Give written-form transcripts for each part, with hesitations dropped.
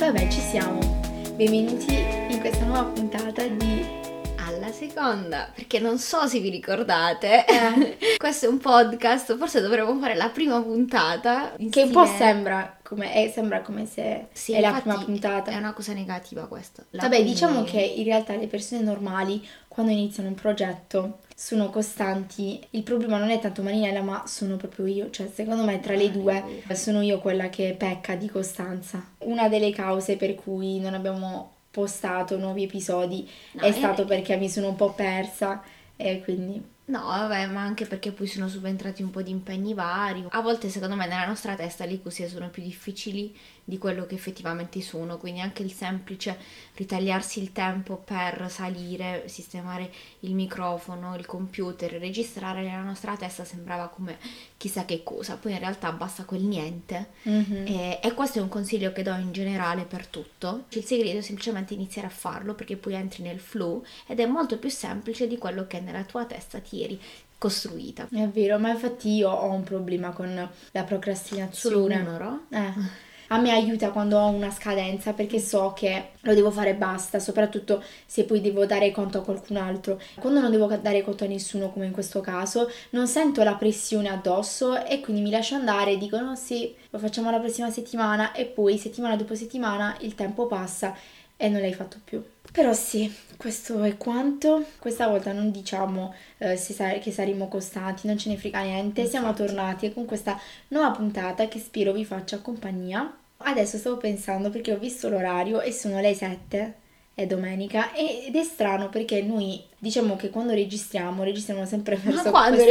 Vabbè, ci siamo. Benvenuti in questa nuova puntata di Alla Seconda, perché non so se vi ricordate, questo è un podcast, forse dovremmo fare la prima puntata. Che un po' sembra come se Sì, è la infatti prima puntata. È una cosa negativa questa. Vabbè, diciamo che in realtà le persone normali, quando iniziano un progetto, sono costanti. Il problema non è tanto Marinella, ma sono proprio io. Cioè, secondo me, tra le due, sono io quella che pecca di costanza. Una delle cause per cui non abbiamo postato nuovi episodi è stato perché mi sono un po' persa e quindi... No, vabbè, ma anche perché poi sono subentrati un po' di impegni vari. A volte, secondo me, nella nostra testa le cose sono più difficili di quello che effettivamente sono, quindi anche il semplice ritagliarsi il tempo per salire, sistemare il microfono, il computer, registrare nella nostra testa sembrava come chissà che cosa, poi in realtà basta quel niente. E questo è un consiglio che do in generale per tutto. Il segreto è semplicemente iniziare a farlo, perché poi entri nel flow ed è molto più semplice di quello che nella tua testa ti eri costruita. È vero, ma infatti io ho un problema con la procrastinazione. Solo uno, no? A me aiuta quando ho una scadenza perché so che lo devo fare e basta, soprattutto se poi devo dare conto a qualcun altro. Quando non devo dare conto a nessuno, come in questo caso, non sento la pressione addosso e quindi mi lascio andare e dico no sì, lo facciamo la prossima settimana e poi settimana dopo settimana il tempo passa e non l'hai fatto più. Però sì, questo è quanto. Questa volta non diciamo che saremo costanti, non ce ne frega niente. Infatti. Siamo tornati con questa nuova puntata che spero vi faccia compagnia. Adesso stavo pensando perché ho visto l'orario e sono le 7, è domenica ed è strano perché noi diciamo che quando registriamo sempre verso Quando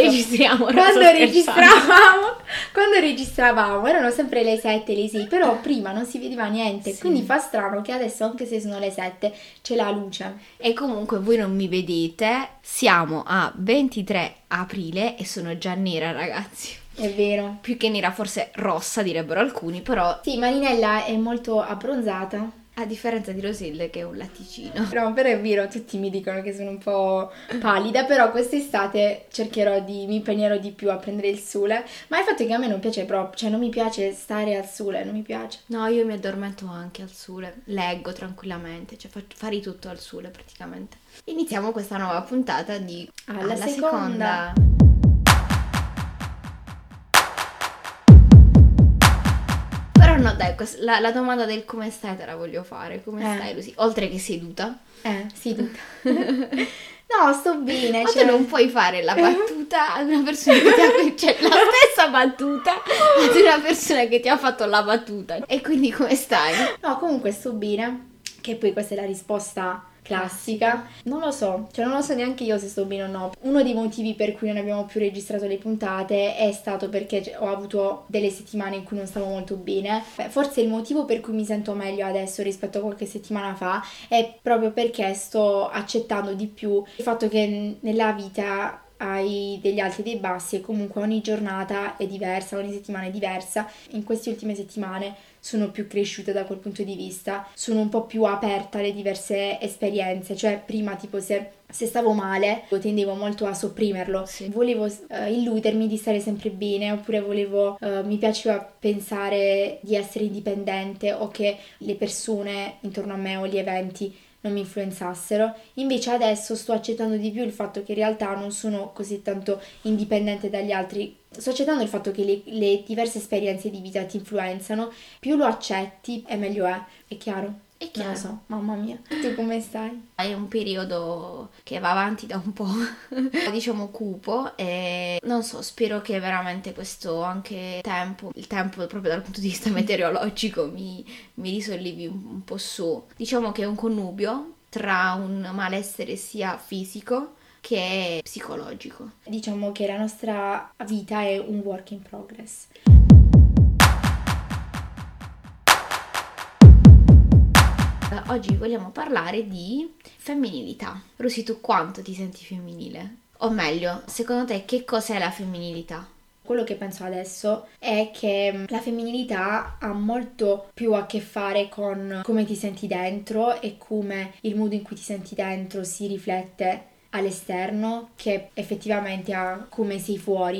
registravamo erano sempre le 7, le 6, però prima non si vedeva niente, sì. quindi fa strano che adesso anche se sono le 7 c'è la luce. E comunque voi non mi vedete, siamo a 23 aprile e sono già nera, ragazzi. È vero. Più che nera, forse rossa direbbero alcuni, però Sì, Marinella è molto abbronzata. a differenza di Rosilde che è un latticino. No, però è vero, tutti mi dicono che sono un po' pallida, però quest'estate mi impegnerò di più a prendere il sole, ma il fatto è che a me non piace proprio, cioè non mi piace stare al sole, non mi piace. No, io mi addormento anche al sole, leggo tranquillamente, cioè fare tutto al sole praticamente. Iniziamo questa nuova puntata di Alla Seconda. Però no, dai, la domanda del come stai te la voglio fare. Come stai, Lucy? Oltre che seduta. Seduta. No, sto bene. Ma tu non puoi fare la battuta ad una persona che ti ha... cioè la stessa battuta ad una persona che ti ha fatto la battuta. E quindi come stai? No, comunque sto bene. Che poi questa è la risposta classica. Non lo so neanche io se sto bene o no. Uno dei motivi per cui non abbiamo più registrato le puntate è stato perché ho avuto delle settimane in cui non stavo molto bene. Forse il motivo per cui mi sento meglio adesso rispetto a qualche settimana fa è proprio perché sto accettando di più il fatto che nella vita hai degli alti e dei bassi e comunque ogni giornata è diversa, ogni settimana è diversa. In queste ultime settimane sono più cresciuta da quel punto di vista, sono un po' più aperta alle diverse esperienze, cioè prima tipo se stavo male tendevo molto a sopprimerlo, volevo illudermi di stare sempre bene oppure mi piaceva pensare di essere indipendente o che le persone intorno a me o gli eventi non mi influenzassero. Invece adesso sto accettando di più il fatto che in realtà non sono così tanto indipendente dagli altri. Sto accettando il fatto che le diverse esperienze di vita ti influenzano. Più lo accetti e meglio è chiaro? È chiaro. Non lo so, mamma mia. Tu come stai? È un periodo che va avanti da un po', diciamo cupo, e non so, spero che veramente questo anche il tempo proprio dal punto di vista meteorologico mi risollevi un po' su. Diciamo che è un connubio tra un malessere sia fisico che psicologico. Diciamo che la nostra vita è un work in progress. Oggi vogliamo parlare di femminilità. Rosy, tu quanto ti senti femminile? O meglio, secondo te che cos'è la femminilità? Quello che penso adesso è che la femminilità ha molto più a che fare con come ti senti dentro e come il modo in cui ti senti dentro si riflette all'esterno che effettivamente a come sei fuori.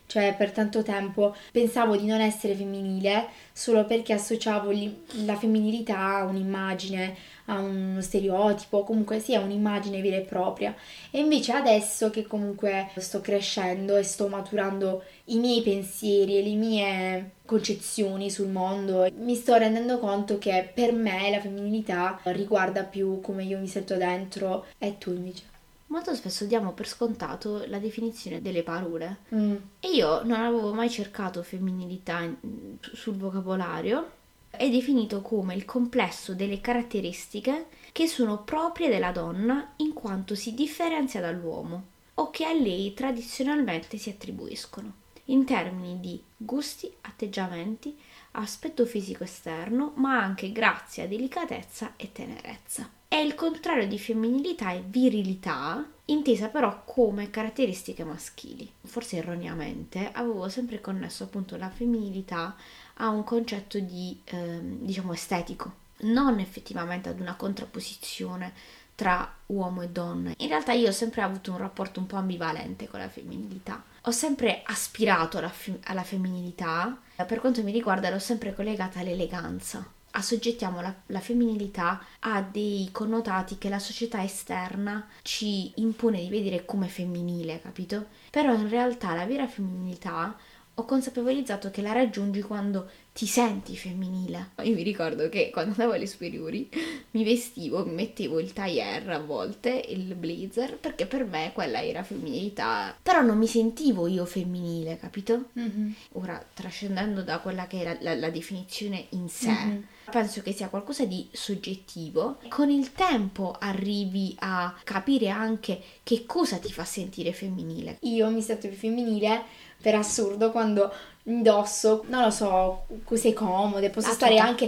Cioè, per tanto tempo pensavo di non essere femminile solo perché associavo la femminilità a un'immagine, a uno stereotipo, comunque sia un'immagine vera e propria. E invece adesso che comunque sto crescendo e sto maturando i miei pensieri e le mie concezioni sul mondo, mi sto rendendo conto che per me la femminilità riguarda più come io mi sento dentro. E tu invece? Molto spesso diamo per scontato la definizione delle parole Mm. e io non avevo mai cercato femminilità sul vocabolario. È definito come il complesso delle caratteristiche che sono proprie della donna in quanto si differenzia dall'uomo o che a lei tradizionalmente si attribuiscono, in termini di gusti, atteggiamenti, aspetto fisico esterno, ma anche grazia, delicatezza e tenerezza. E il contrario di femminilità è virilità, intesa però come caratteristiche maschili. Forse erroneamente avevo sempre connesso appunto la femminilità a un concetto di, diciamo, estetico, non effettivamente ad una contrapposizione tra uomo e donna. In realtà io ho sempre avuto un rapporto un po' ambivalente con la femminilità. Ho sempre aspirato alla femminilità, per quanto mi riguarda l'ho sempre collegata all'eleganza. Assoggettiamo la femminilità a dei connotati che la società esterna ci impone di vedere come femminile, capito? Però in realtà la vera femminilità ho consapevolizzato che la raggiungi quando ti senti femminile. Io mi ricordo che quando andavo alle superiori mi vestivo, mi mettevo il tailleur a volte, il blazer, perché per me quella era femminilità. Però non mi sentivo io femminile, capito? Mm-hmm. Ora, trascendendo da quella che è la definizione in sé, penso che sia qualcosa di soggettivo. Con il tempo arrivi a capire anche che cosa ti fa sentire femminile. Io mi sento più femminile per assurdo quando indosso, non lo so, cose comode, posso stare anche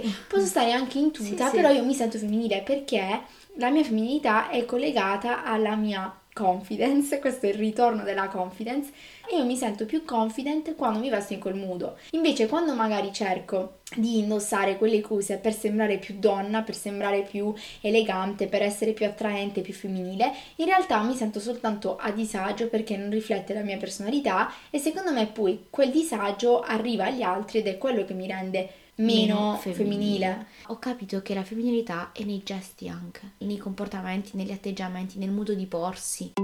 in tuta, Sì, però sì. io mi sento femminile perché la mia femminilità è collegata alla mia confidence, questo è il ritorno della confidence, e io mi sento più confident quando mi vesto in quel modo. Invece quando magari cerco di indossare quelle cose per sembrare più donna, per sembrare più elegante, per essere più attraente, più femminile, in realtà mi sento soltanto a disagio perché non riflette la mia personalità e secondo me poi quel disagio arriva agli altri ed è quello che mi rende meno femminile. Ho capito che la femminilità è nei gesti anche, nei comportamenti, negli atteggiamenti, nel modo di porsi.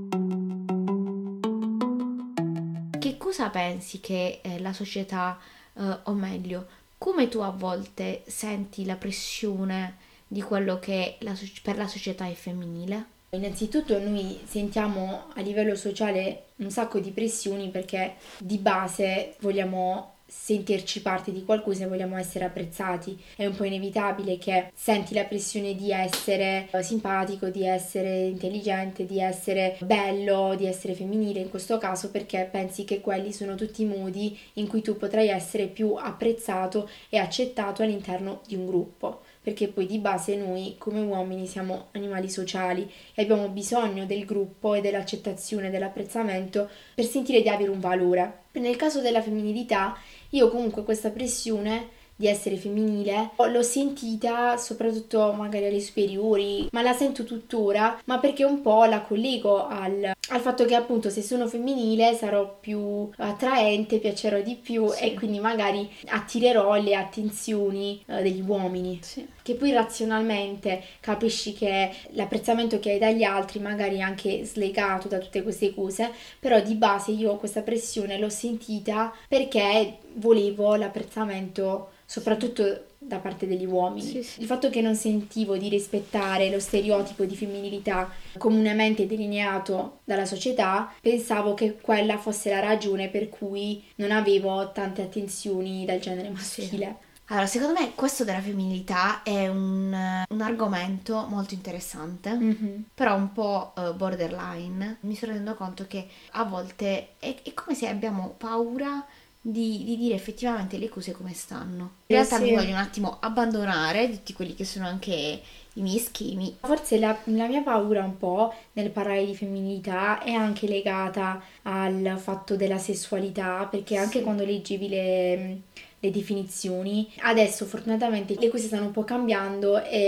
Che cosa pensi che la società, o meglio, come tu a volte senti la pressione di quello che per la società è femminile? Innanzitutto noi sentiamo a livello sociale un sacco di pressioni perché di base vogliamo sentirci parte di qualcosa e vogliamo essere apprezzati. È un po' inevitabile che senti la pressione di essere simpatico, di essere intelligente, di essere bello, di essere femminile in questo caso perché pensi che quelli sono tutti i modi in cui tu potrai essere più apprezzato e accettato all'interno di un gruppo. Perché poi di base noi come uomini siamo animali sociali e abbiamo bisogno del gruppo e dell'accettazione, dell'apprezzamento per sentire di avere un valore. Nel caso della femminilità, io comunque questa pressione di essere femminile l'ho sentita soprattutto magari alle superiori, ma la sento tuttora, ma perché un po' la collego al fatto che appunto se sono femminile sarò più attraente, piacerò di più e quindi magari attirerò le attenzioni degli uomini. Sì. Che poi razionalmente capisci che l'apprezzamento che hai dagli altri magari è anche slegato da tutte queste cose, però di base io questa pressione l'ho sentita perché volevo l'apprezzamento soprattutto da parte degli uomini. Sì. Il fatto che non sentivo di rispettare lo stereotipo di femminilità comunemente delineato dalla società, pensavo che quella fosse la ragione per cui non avevo tante attenzioni dal genere maschile. Allora, secondo me questo della femminilità è un argomento molto interessante, però un po' borderline. Mi sto rendendo conto che a volte è come se abbiamo paura di dire effettivamente le cose come stanno. In realtà mi voglio un attimo abbandonare tutti quelli che sono anche i miei schemi. Forse la mia paura un po' nel parlare di femminilità è anche legata al fatto della sessualità, perché anche quando leggevi le definizioni, adesso fortunatamente le cose stanno un po' cambiando e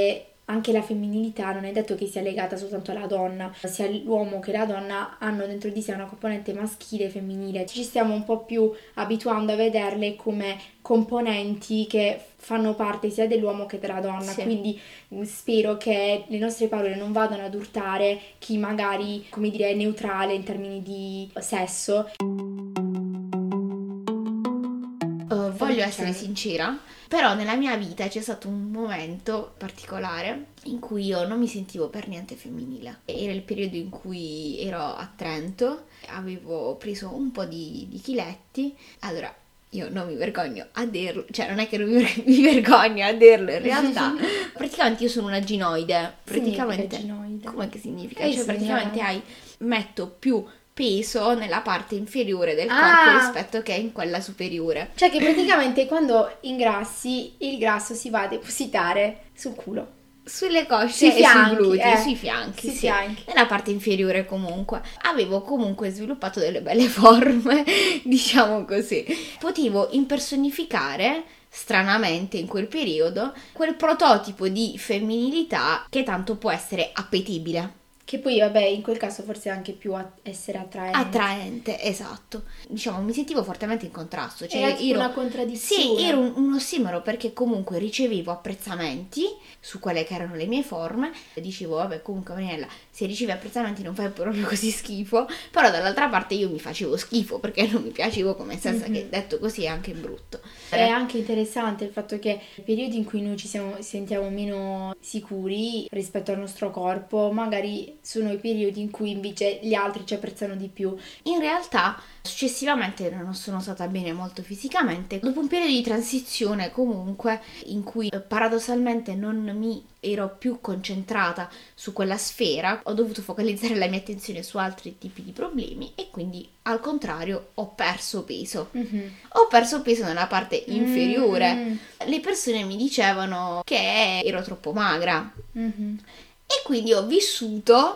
anche la femminilità non è detto che sia legata soltanto alla donna, sia l'uomo che la donna hanno dentro di sé una componente maschile e femminile. Ci stiamo un po' più abituando a vederle come componenti che fanno parte sia dell'uomo che della donna, quindi spero che le nostre parole non vadano ad urtare chi magari, come dire, è neutrale in termini di sesso. Voglio essere sincera, però nella mia vita c'è stato un momento particolare in cui io non mi sentivo per niente femminile. Era il periodo in cui ero a Trento, avevo preso un po' di chiletti. Allora, io non mi vergogno a dirlo, cioè non è che non mi vergogno a dirlo in realtà. Praticamente io sono una ginoide. Praticamente, ginoide. come che significa? Cioè praticamente metto più peso nella parte inferiore del corpo rispetto che in quella superiore. Cioè che praticamente quando ingrassi il grasso si va a depositare sul culo. Sulle cosce sui fianchi, sui glutei, sui fianchi, sui fianchi. Nella parte inferiore comunque. Avevo comunque sviluppato delle belle forme, diciamo così. Potevo impersonificare stranamente in quel periodo quel prototipo di femminilità che tanto può essere appetibile. Che poi, vabbè, in quel caso forse anche più essere attraente. Attraente, esatto. Diciamo, mi sentivo fortemente in contrasto. Cioè, era tipo una contraddizione. Sì, ero un ossimoro perché comunque ricevevo apprezzamenti su quelle che erano le mie forme. E dicevo, vabbè, comunque Marianella, se ricevi apprezzamenti non fai proprio così schifo. Però dall'altra parte io mi facevo schifo perché non mi piacevo come stessa, che detto così è anche brutto. È anche interessante il fatto che i periodi in cui noi sentiamo meno sicuri rispetto al nostro corpo, magari sono i periodi in cui invece gli altri ci apprezzano di più. In realtà successivamente non sono stata bene molto fisicamente. Dopo un periodo di transizione comunque in cui paradossalmente non mi ero più concentrata su quella sfera, ho dovuto focalizzare la mia attenzione su altri tipi di problemi e quindi al contrario ho perso peso. Ho perso peso nella parte inferiore. Le persone mi dicevano che ero troppo magra. E quindi ho vissuto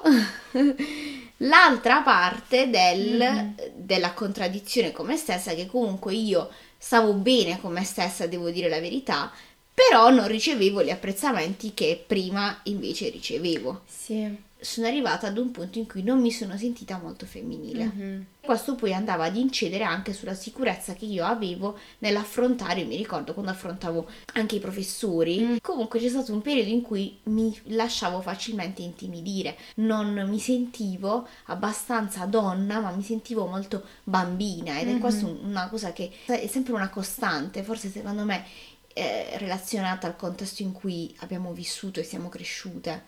l'altra parte della contraddizione con me stessa, che comunque io stavo bene con me stessa, devo dire la verità, però non ricevevo gli apprezzamenti che prima invece ricevevo. Sì. Sono arrivata ad un punto in cui non mi sono sentita molto femminile. Questo poi andava ad incedere anche sulla sicurezza che io avevo nell'affrontare, mi ricordo quando affrontavo anche i professori, comunque c'è stato un periodo in cui mi lasciavo facilmente intimidire, non mi sentivo abbastanza donna, ma mi sentivo molto bambina, ed è questa una cosa che è sempre una costante, forse secondo me relazionata al contesto in cui abbiamo vissuto e siamo cresciute.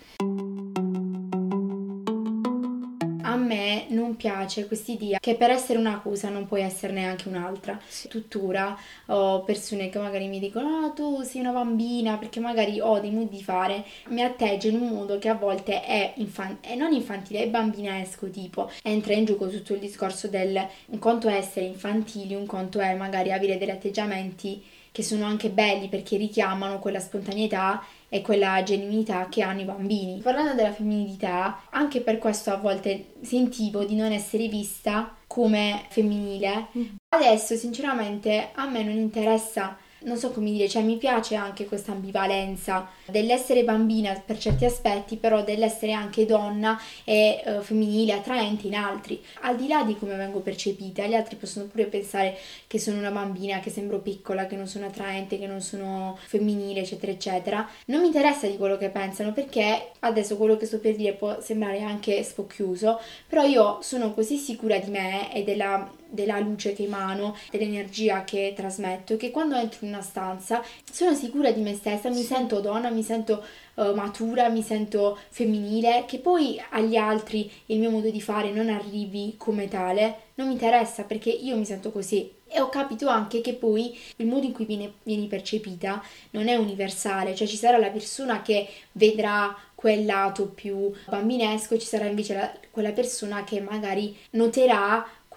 A me non piace quest'idea che per essere una cosa non puoi esserne anche un'altra. Tuttora ho persone che magari mi dicono "Ah, tu sei una bambina", perché magari ho dei modi di fare, mi atteggio in un modo che a volte è non infantile, è bambinesco, tipo entra in gioco tutto il discorso del un conto è essere infantili, un conto è magari avere degli atteggiamenti che sono anche belli perché richiamano quella spontaneità e quella genuinità che hanno i bambini. Parlando della femminilità, anche per questo a volte sentivo di non essere vista come femminile. Adesso sinceramente a me non interessa, non so come dire, cioè mi piace anche questa ambivalenza dell'essere bambina per certi aspetti, però dell'essere anche donna e femminile, attraente in altri. Al di là di come vengo percepita, gli altri possono pure pensare che sono una bambina, che sembro piccola, che non sono attraente, che non sono femminile, eccetera, eccetera. Non mi interessa di quello che pensano, perché adesso quello che sto per dire può sembrare anche spocchioso, però io sono così sicura di me e della luce che emano, dell'energia che trasmetto, che quando entro in una stanza sono sicura di me stessa, mi sento donna, mi sento matura, mi sento femminile. Che poi agli altri il mio modo di fare non arrivi come tale, non mi interessa, perché io mi sento così. E ho capito anche che poi il modo in cui vieni percepita non è universale, cioè ci sarà la persona che vedrà quel lato più bambinesco, ci sarà invece quella persona che magari noterà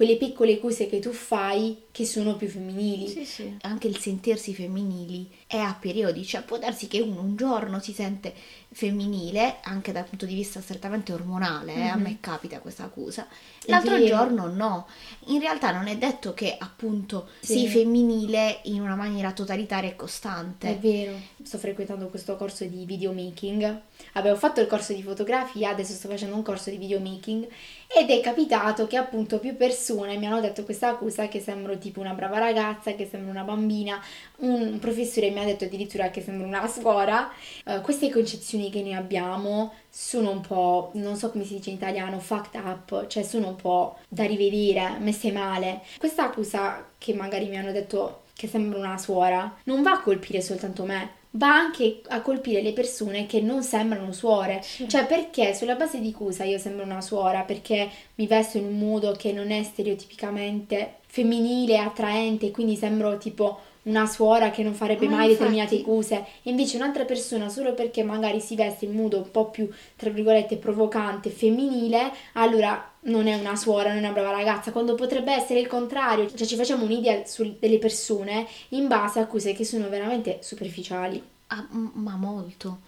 quelle piccole cose che tu fai che sono più femminili. Sì. Anche il sentirsi femminili è a periodi, cioè può darsi che uno un giorno si sente femminile anche dal punto di vista strettamente ormonale, a me capita questa cosa, l'altro giorno no. In realtà non è detto che appunto sii femminile in una maniera totalitaria e costante. È vero, sto frequentando questo corso di videomaking, avevo fatto il corso di fotografia, adesso sto facendo un corso di videomaking ed è capitato che appunto più persone mi hanno detto questa cosa, che sembro tipo una brava ragazza, che sembro una bambina, un professore mi ha detto addirittura che sembro una suora. Queste concezioni che noi abbiamo sono un po', non so come si dice in italiano, fucked up, cioè sono un po' da rivedere, messe male. Questa cosa che magari mi hanno detto che sembra una suora non va a colpire soltanto me, va anche a colpire le persone che non sembrano suore. Cioè, perché sulla base di cosa io sembro una suora? Perché mi vesto in un modo che non è stereotipicamente femminile, attraente, quindi sembro tipo una suora che non farebbe mai determinate cose, e invece un'altra persona, solo perché magari si veste in modo un po' più, tra virgolette, provocante, femminile, allora non è una suora, non è una brava ragazza, quando potrebbe essere il contrario. Cioè ci facciamo un'idea delle persone in base a cose che sono veramente superficiali. Ma molto.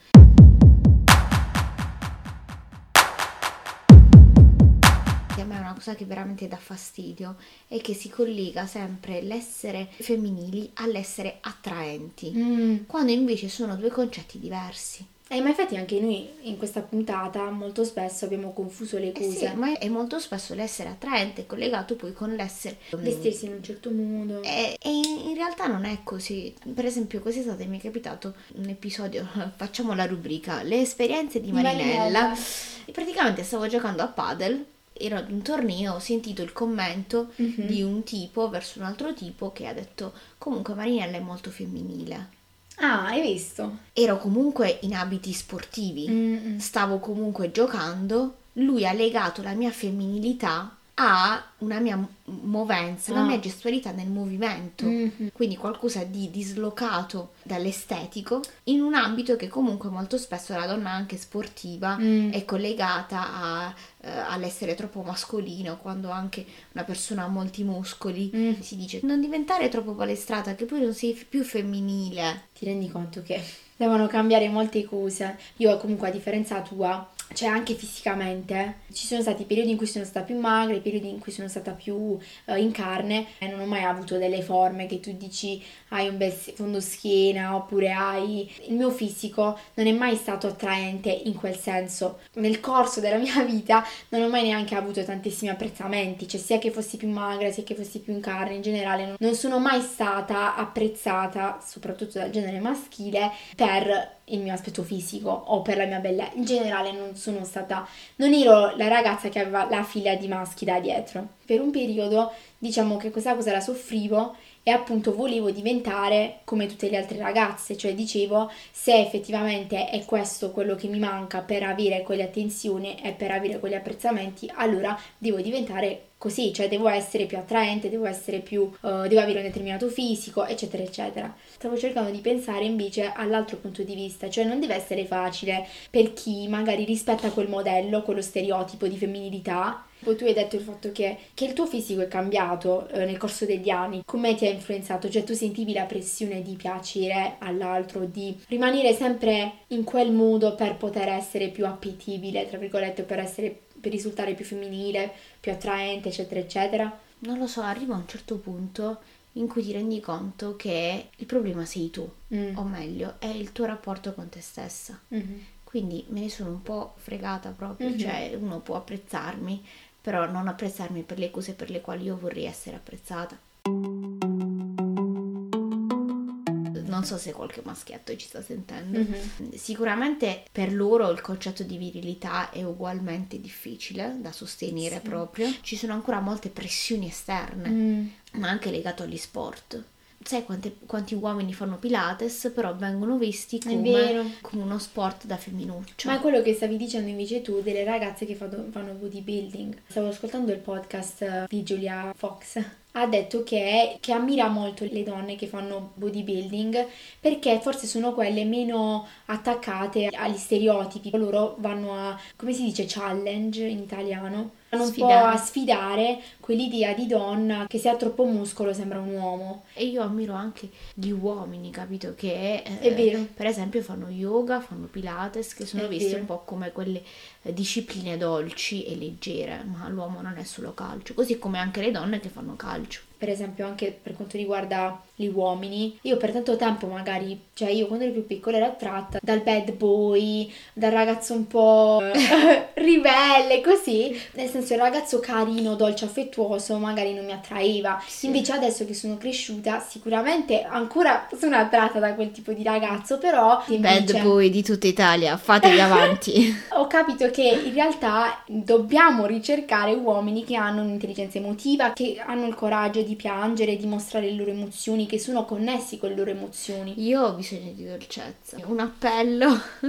A me è una cosa che veramente dà fastidio è che si collega sempre l'essere femminili all'essere attraenti, quando invece sono due concetti diversi. Ma infatti anche noi in questa puntata molto spesso abbiamo confuso le cose. Sì, ma è molto spesso l'essere attraente è collegato poi con l'essere vestirsi in un certo modo. E in realtà non è così. Per esempio quest'estate mi è capitato un episodio, facciamo la rubrica, le esperienze di Marinella. E praticamente stavo giocando a padel, ero ad un torneo, ho sentito il commento di un tipo verso un altro tipo che ha detto comunque Marinella è molto femminile. Ah, hai visto? Ero comunque in abiti sportivi, stavo comunque giocando, lui ha legato la mia femminilità a una mia movenza, una mia gestualità nel movimento, quindi qualcosa di dislocato dall'estetico in un ambito che comunque molto spesso la donna anche sportiva è collegata all'essere troppo mascolino, quando anche una persona ha molti muscoli si dice non diventare troppo palestrata che poi non sei più femminile. Ti rendi conto che devono cambiare molte cose. Io comunque a differenza tua, cioè anche fisicamente, ci sono stati periodi in cui sono stata più magra, periodi in cui sono stata più in carne e non ho mai avuto delle forme che tu dici hai un bel fondo schiena oppure hai... Il mio fisico non è mai stato attraente in quel senso. Nel corso della mia vita non ho mai neanche avuto tantissimi apprezzamenti, cioè sia che fossi più magra sia che fossi più in carne, in generale non sono mai stata apprezzata, soprattutto dal genere maschile, per il mio aspetto fisico o per la mia bellezza. In generale non ero la ragazza che aveva la fila di maschi da dietro. Per un periodo diciamo che questa cosa la soffrivo e appunto volevo diventare come tutte le altre ragazze, cioè dicevo se effettivamente è questo quello che mi manca per avere quelle attenzioni e per avere quegli apprezzamenti, allora devo diventare così, cioè devo essere più attraente, devo essere più, devo avere un determinato fisico, eccetera, eccetera. Stavo cercando di pensare invece all'altro punto di vista, cioè non deve essere facile per chi magari rispetta quel modello, quello stereotipo di femminilità. Tu hai detto il fatto che il tuo fisico è cambiato nel corso degli anni. Come ti ha influenzato? Cioè tu sentivi la pressione di piacere all'altro, di rimanere sempre in quel modo per poter essere più appetibile, tra virgolette, per risultare più femminile, più attraente, eccetera, eccetera? Non lo so, arriva a un certo punto in cui ti rendi conto che il problema sei tu, o meglio, è il tuo rapporto con te stessa. Quindi me ne sono un po' fregata proprio, cioè uno può apprezzarmi, però non apprezzarmi per le cose per le quali io vorrei essere apprezzata. Non so se qualche maschietto ci sta sentendo. Sicuramente per loro il concetto di virilità è ugualmente difficile da sostenere proprio. Ci sono ancora molte pressioni esterne, ma anche legato agli sport. Sai quanti uomini fanno Pilates, però vengono visti come uno sport da femminuccio. Ma è quello che stavi dicendo invece tu delle ragazze che fanno bodybuilding. Stavo ascoltando il podcast di Julia Fox ha detto che ammira molto le donne che fanno bodybuilding perché forse sono quelle meno attaccate agli stereotipi. Loro vanno a, come si dice, challenge in italiano? Vanno un po' a sfidare quell'idea di donna che se ha troppo muscolo sembra un uomo. E io ammiro anche gli uomini, capito? Che È vero. per esempio fanno yoga, fanno pilates, che sono È visti vero. un po' come quelle discipline dolci e leggere, ma l'uomo non è solo calcio, così come anche le donne che fanno calcio. Per esempio anche per quanto riguarda gli uomini, io per tanto tempo magari, cioè io quando ero più piccola ero attratta dal bad boy, dal ragazzo un po' ribelle, così, nel senso il ragazzo carino, dolce, affettuoso magari non mi attraeva. Sì. Invece adesso che sono cresciuta sicuramente ancora sono attratta da quel tipo di ragazzo, però Bad boy di tutta Italia, fatevi avanti. ho capito che in realtà dobbiamo ricercare uomini che hanno un'intelligenza emotiva, che hanno il coraggio di piangere, di mostrare le loro emozioni, che sono connessi con le loro emozioni. Io ho bisogno di dolcezza. Un appello.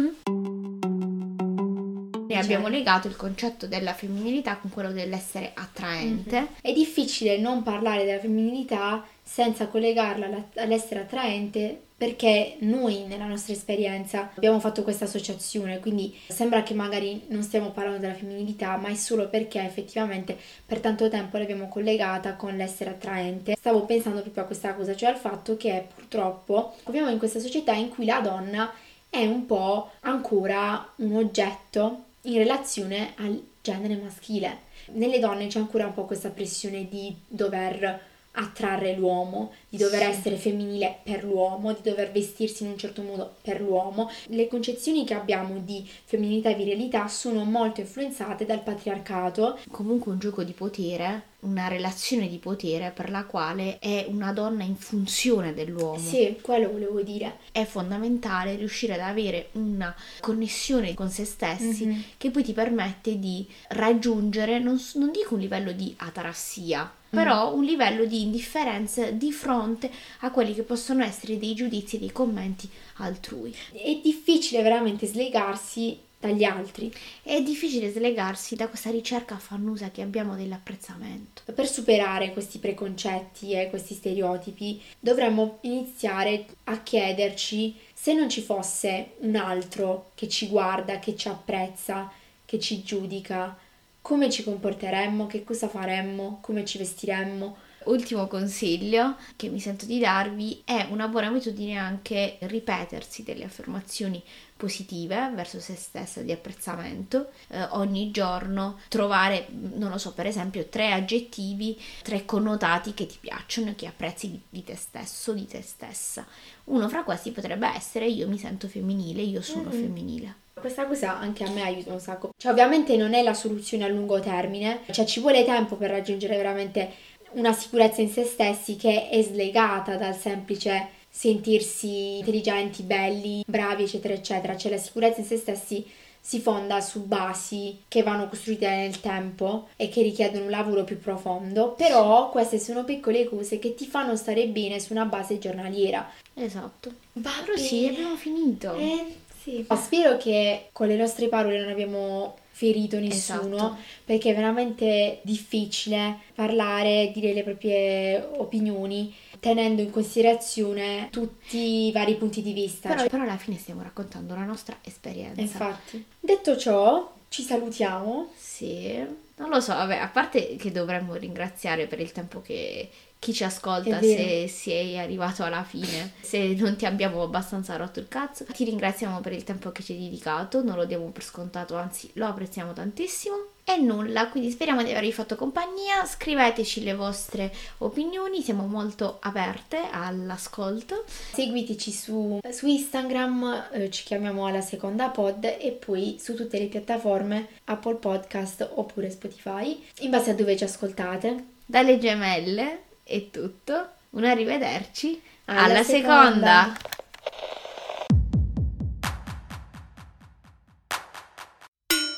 E abbiamo legato il concetto della femminilità con quello dell'essere attraente. È difficile non parlare della femminilità senza collegarla all'essere attraente, perché noi nella nostra esperienza abbiamo fatto questa associazione, quindi sembra che magari non stiamo parlando della femminilità, ma è solo perché effettivamente per tanto tempo l'abbiamo collegata con l'essere attraente. Stavo pensando proprio a questa cosa, cioè al fatto che purtroppo viviamo in questa società in cui la donna è un po' ancora un oggetto in relazione al genere maschile. Nelle donne c'è ancora un po' questa pressione di dover attrarre l'uomo, di dover essere femminile per l'uomo, di dover vestirsi in un certo modo per l'uomo. Le concezioni che abbiamo di femminilità e virilità sono molto influenzate dal patriarcato. Comunque un gioco di potere, una relazione di potere per la quale è una donna in funzione dell'uomo. Sì, quello volevo dire. È fondamentale riuscire ad avere una connessione con se stessi che poi ti permette di raggiungere, non dico un livello di atarassia, però un livello di indifferenza di fronte a quelli che possono essere dei giudizi e dei commenti altrui. È difficile veramente slegarsi dagli altri. È difficile slegarsi da questa ricerca affannosa che abbiamo dell'apprezzamento. Per superare questi preconcetti e questi stereotipi dovremmo iniziare a chiederci se non ci fosse un altro che ci guarda, che ci apprezza, che ci giudica, come ci comporteremmo, che cosa faremmo, come ci vestiremmo. Ultimo consiglio che mi sento di darvi: è una buona abitudine anche ripetersi delle affermazioni positive verso se stessa di apprezzamento, ogni giorno trovare, non lo so, per esempio 3 aggettivi, 3 connotati che ti piacciono e che apprezzi di te stesso, di te stessa. Uno fra questi potrebbe essere: io mi sento femminile, io sono femminile. Questa cosa anche a me aiuta un sacco. Cioè, ovviamente non è la soluzione a lungo termine, cioè ci vuole tempo per raggiungere veramente una sicurezza in se stessi che è slegata dal semplice sentirsi intelligenti, belli, bravi, eccetera, eccetera. Cioè la sicurezza in se stessi si fonda su basi che vanno costruite nel tempo e che richiedono un lavoro più profondo, però queste sono piccole cose che ti fanno stare bene su una base giornaliera. Esatto. Va Però sì, abbiamo finito. Sì. Spero che con le nostre parole non abbiamo ferito nessuno, Esatto. perché è veramente difficile parlare, dire le proprie opinioni tenendo in considerazione tutti i vari punti di vista. Però alla fine stiamo raccontando la nostra esperienza. Infatti. Detto ciò, ci salutiamo. Sì, non lo so, vabbè, a parte che dovremmo ringraziare per il tempo che chi ci ascolta, È vero. se sei arrivato alla fine, se non ti abbiamo abbastanza rotto il cazzo. Ti ringraziamo per il tempo che ci hai dedicato, non lo diamo per scontato, anzi lo apprezziamo tantissimo. E nulla, quindi speriamo di avervi fatto compagnia, scriveteci le vostre opinioni, siamo molto aperte all'ascolto. Seguiteci su Instagram, ci chiamiamo Alla Seconda Pod, e poi su tutte le piattaforme Apple Podcast oppure Spotify, in base a dove ci ascoltate. Dalle gemelle è tutto, un arrivederci, Alla alla seconda. seconda.